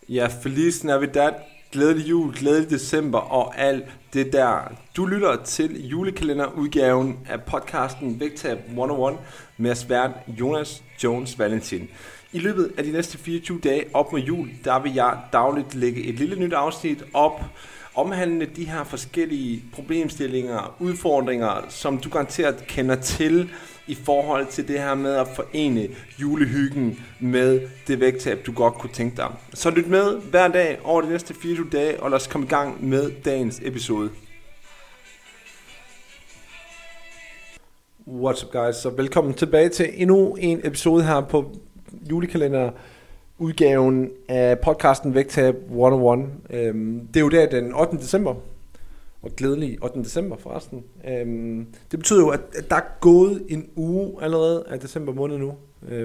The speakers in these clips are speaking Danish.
Ja, Feliz Navidad, glædelig jul, glædelig december og alt det der. Du lytter til julekalenderudgaven af podcasten Vægtab 101 med vært Jonas Jones Valentin. I løbet af de næste 24 dage op mod jul, der vil jeg dagligt lægge et lille nyt afsnit op, omhandlende de her forskellige problemstillinger, udfordringer, som du garanteret kender til i forhold til det her med at forene julehyggen med det vægttab, du godt kunne tænke dig. Så lyt med hver dag over de næste 24 dage, og lad os komme i gang med dagens episode. What's up guys, så velkommen tilbage til endnu en episode her på julekalenderudgaven af podcasten Vægtab 101. Det er jo der den 8. december. Og glædelig 8. december forresten. Det betyder jo, at der er gået en uge allerede af december måned nu.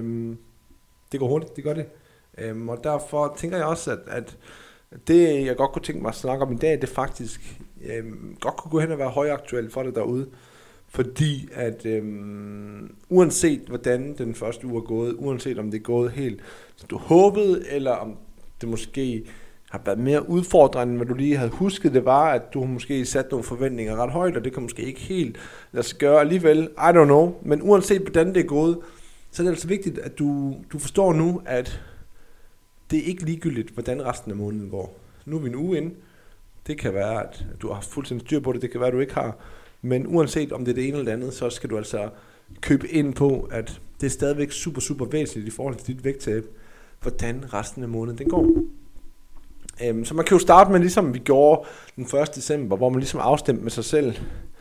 Det går hurtigt, det gør det. Og derfor tænker jeg også, at det jeg godt kunne tænke mig at snakke om i dag, det faktisk godt kunne gå hen og være højaktuelt for dig derude. Fordi at uanset hvordan den første uge er gået, uanset om det er gået helt som du håbede, eller om det måske har været mere udfordrende, end hvad du lige havde husket det var, at du måske sat nogle forventninger ret højt, og det kan måske ikke helt lade sig gøre alligevel, I don't know, men uanset hvordan det er gået, så er det altså vigtigt, at du forstår nu, at det er ikke ligegyldigt, hvordan resten af måneden går. Nu er vi en uge inde, det kan være, at du har haft fuldstændig styr på det, det kan være, at du ikke har, men uanset om det er det ene eller det andet, så skal du altså købe ind på, at det er stadigvæk super, super væsentligt i forhold til dit vægttab, hvordan resten af måneden den går. Så man kan jo starte med, ligesom vi gjorde den 1. december, hvor man ligesom afstemte med sig selv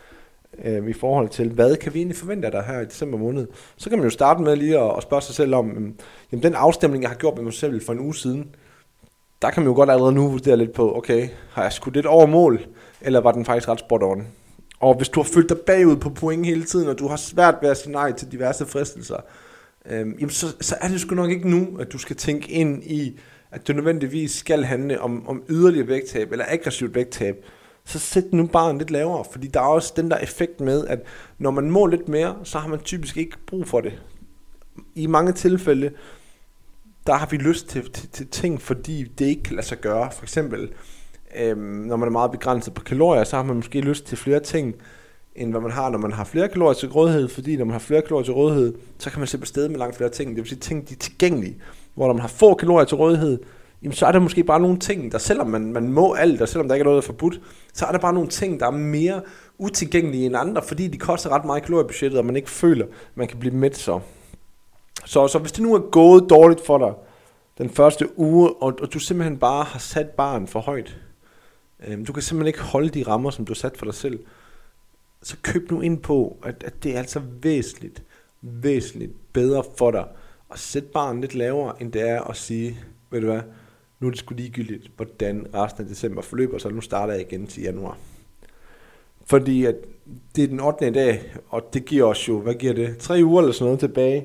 i forhold til, hvad kan vi egentlig forvente af dig her i december måned. Så kan man jo starte med lige at spørge sig selv om, jamen den afstemning, jeg har gjort med mig selv for en uge siden, der kan man jo godt allerede nu vurdere lidt på, okay, har jeg skudt lidt over mål, eller var den faktisk ret spot on? Og hvis du har følt dig bagud på point hele tiden, og du har svært ved at sige nej til diverse fristelser, jamen så er det sgu nok ikke nu, at du skal tænke ind i, at det nødvendigvis skal handle om yderligere vægttab eller aggressivt vægttab, så sæt nu bare en lidt lavere, fordi der er også den der effekt med, at når man må lidt mere, så har man typisk ikke brug for det. I mange tilfælde, der har vi lyst til ting, fordi det ikke kan lade sig gøre. For eksempel, når man er meget begrænset på kalorier, så har man måske lyst til flere ting, end hvad man har, når man har flere kalorier til rådighed, fordi når man har flere kalorier til rådighed, så kan man slippe afsted med langt flere ting. Det vil sige ting, de er tilgængelige. Hvor når man har få kalorier til rådighed, jamen, så er der måske bare nogle ting, der selvom man må alt, og selvom der ikke er noget, der er forbudt, så er der bare nogle ting, der er mere utilgængelige end andre, fordi de koster ret meget i kaloriebudgettet, og man ikke føler, at man kan blive mæt så. Så hvis det nu er gået dårligt for dig den første uge, og du simpelthen bare har sat barren for højt, du kan simpelthen ikke holde de rammer, som du har sat for dig selv, så køb nu ind på, at det er altså væsentligt bedre for dig at sætte barren lidt lavere, end det er at sige, ved du hvad, nu er det sgu ligegyldigt, hvordan resten af december forløber, så nu starter jeg igen til januar. Fordi at det er den 8. dag, og det giver os jo, hvad giver det, 3 uger eller sådan noget tilbage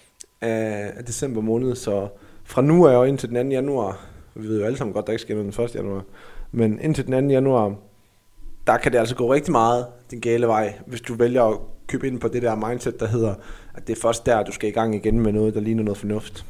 af december måned, så fra nu af og indtil den 2. januar, vi ved jo alle sammen godt, der ikke sker noget den 1. januar, men indtil den 2. januar, der kan det altså gå rigtig meget den gale vej, hvis du vælger at købe ind på det der mindset, der hedder, at det er først der, du skal i gang igen med noget, der ligner noget fornuft.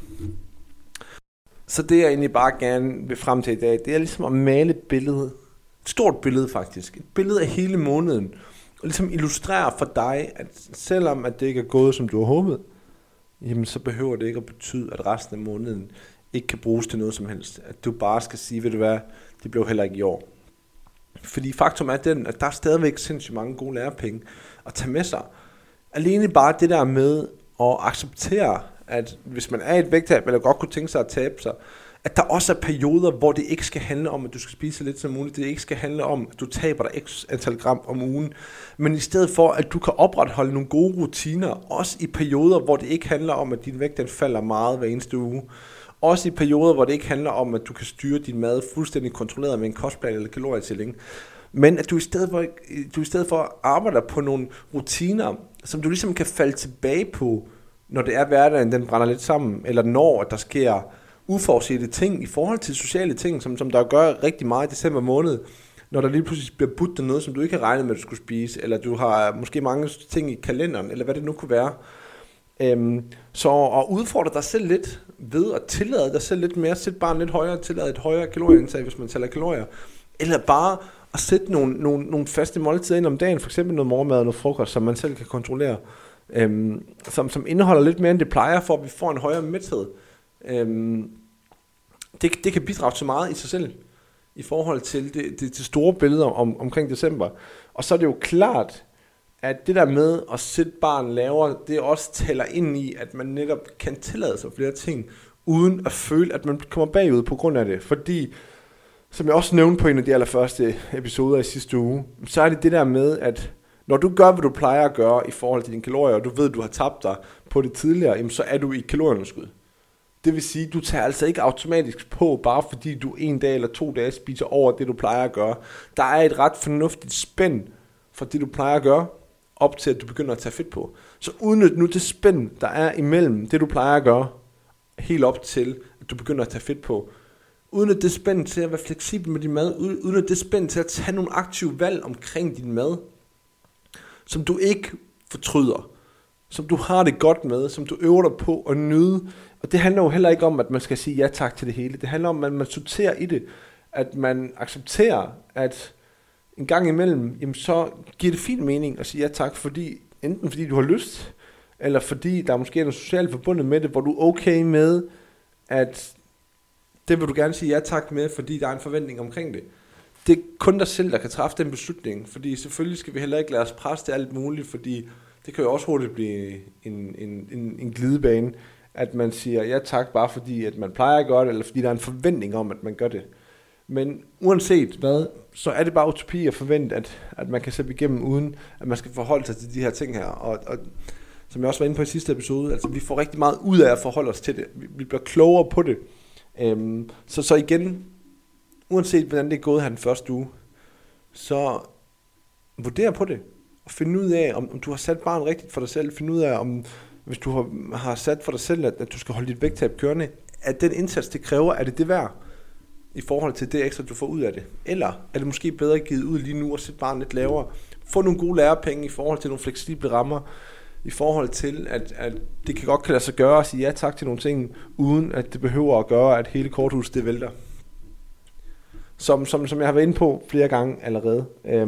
Så det jeg egentlig bare gerne vil frem til i dag, det er ligesom at male et billede, et stort billede faktisk, et billede af hele måneden, og ligesom illustrere for dig, at selvom at det ikke er gået, som du har håbet, jamen så behøver det ikke at betyde, at resten af måneden ikke kan bruges til noget som helst. At du bare skal sige, ved du hvad, det blev heller ikke i år. Fordi faktum er den, at der er stadigvæk sindssygt mange gode lærepenge at tage med sig. Alene bare det der med at acceptere, at hvis man er i et vægttab, eller godt kunne tænke sig at tabe sig, at der også er perioder, hvor det ikke skal handle om, at du skal spise så lidt som muligt. Det ikke skal handle om, at du taber dig x antal gram om ugen. Men i stedet for, at du kan opretholde nogle gode rutiner, også i perioder, hvor det ikke handler om, at din vægt den falder meget hver eneste uge. Også i perioder, hvor det ikke handler om, at du kan styre din mad fuldstændig kontrolleret med en kostplan eller kalorietælling. Men at du i stedet for arbejder på nogle rutiner, som du ligesom kan falde tilbage på, når det er hverdagen, den brænder lidt sammen, eller når der sker uforudsete ting i forhold til sociale ting, som der gør rigtig meget i december måned, når der lige pludselig bliver budt dig noget, som du ikke har regnet med, at du skulle spise, eller du har måske mange ting i kalenderen, eller hvad det nu kunne være. Så at udfordre dig selv lidt ved at tillade dig selv lidt mere, sæt bare lidt højere, tillade et højere kalorieindtag, hvis man tæller kalorier, eller bare at sætte nogle faste måltider ind om dagen, for eksempel noget morgenmad og noget frokost, som man selv kan kontrollere, som indeholder lidt mere end det plejer, for at vi får en højere mæthed. Det kan bidrage til meget i sig selv, i forhold til det store billede omkring december. Og så er det jo klart, at det der med at sætte barn lavere, det også tæller ind i, at man netop kan tillade sig flere ting, uden at føle, at man kommer bagud på grund af det. Fordi, som jeg også nævnte på en af de allerførste episoder i sidste uge, så er det der med, at når du gør, hvad du plejer at gøre i forhold til dine kalorier, og du ved, at du har tabt dig på det tidligere, jamen, så er du i kalorieunderskud. Det vil sige, at du tager altså ikke automatisk på, bare fordi du en dag eller 2 dage spiser over det, du plejer at gøre. Der er et ret fornuftigt spænd for det, du plejer at gøre, op til, at du begynder at tage fedt på. Så udnyt nu det spænd, der er imellem det, du plejer at gøre, helt op til, at du begynder at tage fedt på. Udnyt det spænd til at være fleksibel med din mad. Udnyt det spænd til at tage nogle aktive valg omkring din mad, som du ikke fortryder, som du har det godt med, som du øver dig på at nyde. Og det handler jo heller ikke om, at man skal sige ja tak til det hele. Det handler om, at man sorterer i det, at man accepterer, at en gang imellem, jamen så giver det fin mening at sige ja tak, enten fordi du har lyst, eller fordi der måske er noget socialt forbundet med det, hvor du er okay med, at det vil du gerne sige ja tak med, fordi der er en forventning omkring det. Det er kun dig selv, der kan træffe den beslutning, fordi selvfølgelig skal vi heller ikke lade os presse til alt muligt, fordi det kan jo også hurtigt blive en glidebane, at man siger ja tak, bare fordi at man plejer at gøre det, eller fordi der er en forventning om, at man gør det. Men uanset hvad, så er det bare utopi at forvente, at man kan sætte igennem, uden at man skal forholde sig til de her ting her. Og som jeg også var inde på i sidste episode, altså vi får rigtig meget ud af at forholde os til det. Vi bliver klogere på det. Så igen, uanset hvordan det er gået her den første uge, så vurder på det. Og finde ud af, om du har sat barn rigtigt for dig selv. Finde ud af, om hvis du har sat for dig selv, at du skal holde dit vægttab kørende, at den indsats, det kræver, er det værd i forhold til det ekstra, du får ud af det? Eller er det måske bedre givet ud lige nu og sætte barnet lidt lavere? Få nogle gode lærepenge i forhold til nogle fleksible rammer, i forhold til, at det kan godt kan lade sig gøre at sige ja tak til nogle ting, uden at det behøver at gøre, at hele korthuset det vælter. Som jeg har været inde på flere gange allerede.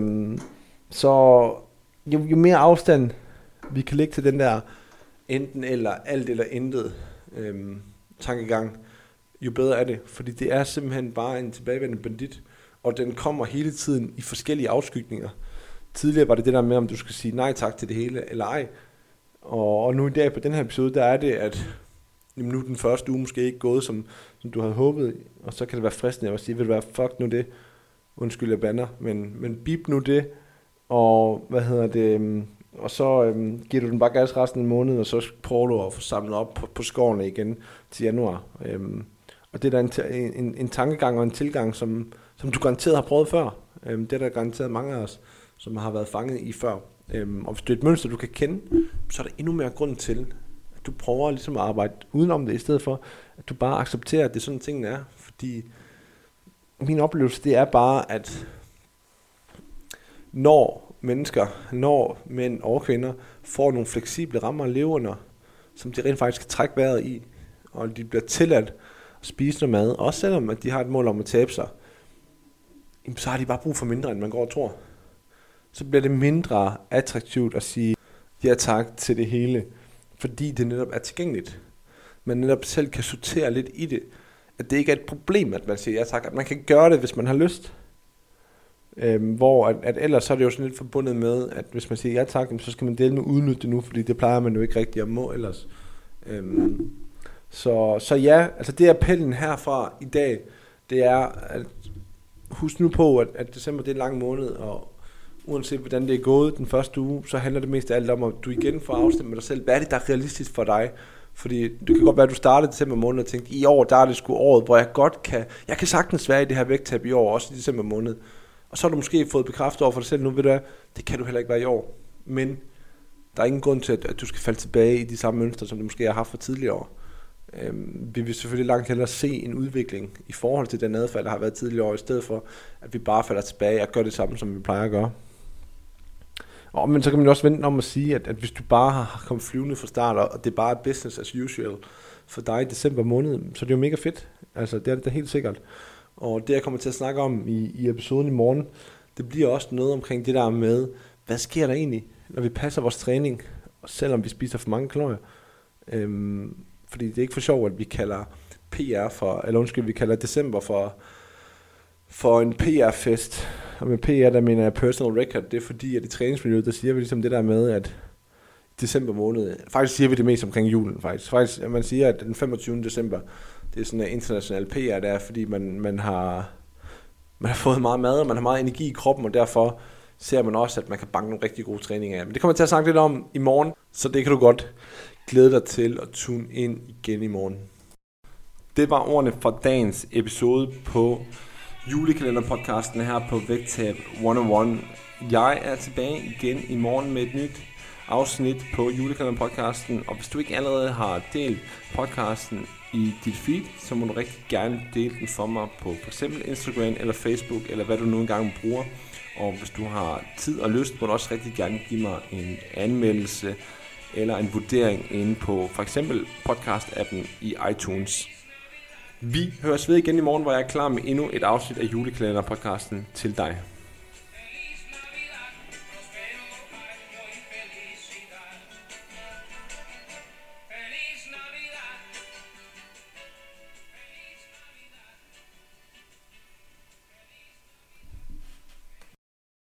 Så jo mere afstand vi kan lægge til den der enten eller, alt eller intet tankegang, jo bedre er det. Fordi det er simpelthen bare en tilbagevendende bandit, og den kommer hele tiden i forskellige afskygninger. Tidligere var det der med, om du skal sige nej tak til det hele, eller ej. Og nu i dag på den her episode, der er det, at nu den første uge måske ikke gået, som du havde håbet, og så kan det være fristende at sige, vil du være, fuck nu det, undskyld jeg bander, men bip nu det, og og så giver du den bare gas resten af måneden, og så prøver du at få samlet op på skovene igen til januar. Og det er der en tankegang og en tilgang, som du garanteret har prøvet før. Det er der garanteret mange af os, som har været fanget i før. Og hvis det er et mønster, du kan kende, så er der endnu mere grund til, at du prøver ligesom at arbejde udenom det, i stedet for, at du bare accepterer, at det er sådan tingene er. Fordi min oplevelse, det er bare, at når mænd og kvinder får nogle fleksible rammer at leve under, som de rent faktisk kan trække vejret i, og de bliver tilladt at spise noget mad, også selvom at de har et mål om at tabe sig, så har de bare brug for mindre, end man går og tror. Så bliver det mindre attraktivt at sige ja tak til det hele, fordi det netop er tilgængeligt. Man netop selv kan sortere lidt i det, at det ikke er et problem, at man siger ja tak, at man kan gøre det, hvis man har lyst. Hvor at ellers så er det jo sådan lidt forbundet med, at hvis man siger ja tak, så skal man dele med udnytte det nu, fordi det plejer man jo ikke rigtig at må ellers. Så ja, altså det er appellen herfra i dag, det er at husk nu på, at december det er en lang måned, og uanset hvordan det er gået den første uge, så handler det mest af alt om, at du igen får afstemt med dig selv. Hvad er det, der er realistisk for dig? Fordi det kan godt være, at du startede december måned og tænkte, i år, der er det sgu året, hvor jeg kan sagtens være i det her vægttab i år, også i december måned. Og så har du måske fået bekræftet over for dig selv, nu ved du, det kan du heller ikke være i år. Men der er ingen grund til, at du skal falde tilbage i de samme mønstre, som du måske har haft for tidligere år. Vi vil selvfølgelig langt hellere se en udvikling i forhold til den adfærd, der har været tidligere år, i stedet for, at vi bare falder tilbage og gør det samme, som vi plejer at gøre. Men så kan man også vente om at sige, at hvis du bare har kommet flyvende fra start, og det er bare business as usual for dig i december måned, så er det jo mega fedt. Altså, det er det da helt sikkert. Og det, jeg kommer til at snakke om i episoden i morgen, det bliver også noget omkring det der med, hvad sker der egentlig, når vi passer vores træning, selvom vi spiser for mange kalorier. Fordi det er ikke for sjovt, at vi kalder vi kalder december for en PR-fest. Og med PR, der mener jeg personal record. Det er fordi, at i træningsmiljøet, der siger vi ligesom det der med, at december måned, faktisk siger vi det mest omkring julen faktisk. Man siger, at den 25. december, det er sådan en international PR, der er, fordi man har fået meget mad, og man har meget energi i kroppen, og derfor ser man også, at man kan banke nogle rigtig gode træninger af. Men det kommer jeg til at snakke lidt om i morgen, så det kan du godt glæde dig til at tune ind igen i morgen. Det var ordene for dagens episode på julekalenderpodcasten her på Vægttab 101. Jeg er tilbage igen i morgen med et nyt afsnit på julekalenderpodcasten, og hvis du ikke allerede har delt podcasten i dit feed, så må du rigtig gerne dele den for mig på f.eks. Instagram eller Facebook, eller hvad du nu engang bruger. Og hvis du har tid og lyst, må du også rigtig gerne give mig en anmeldelse eller en vurdering inde på for eksempel podcast-appen i iTunes. Vi høres ved igen i morgen, hvor jeg er klar med endnu et afsnit af julekalenderpodcasten til dig.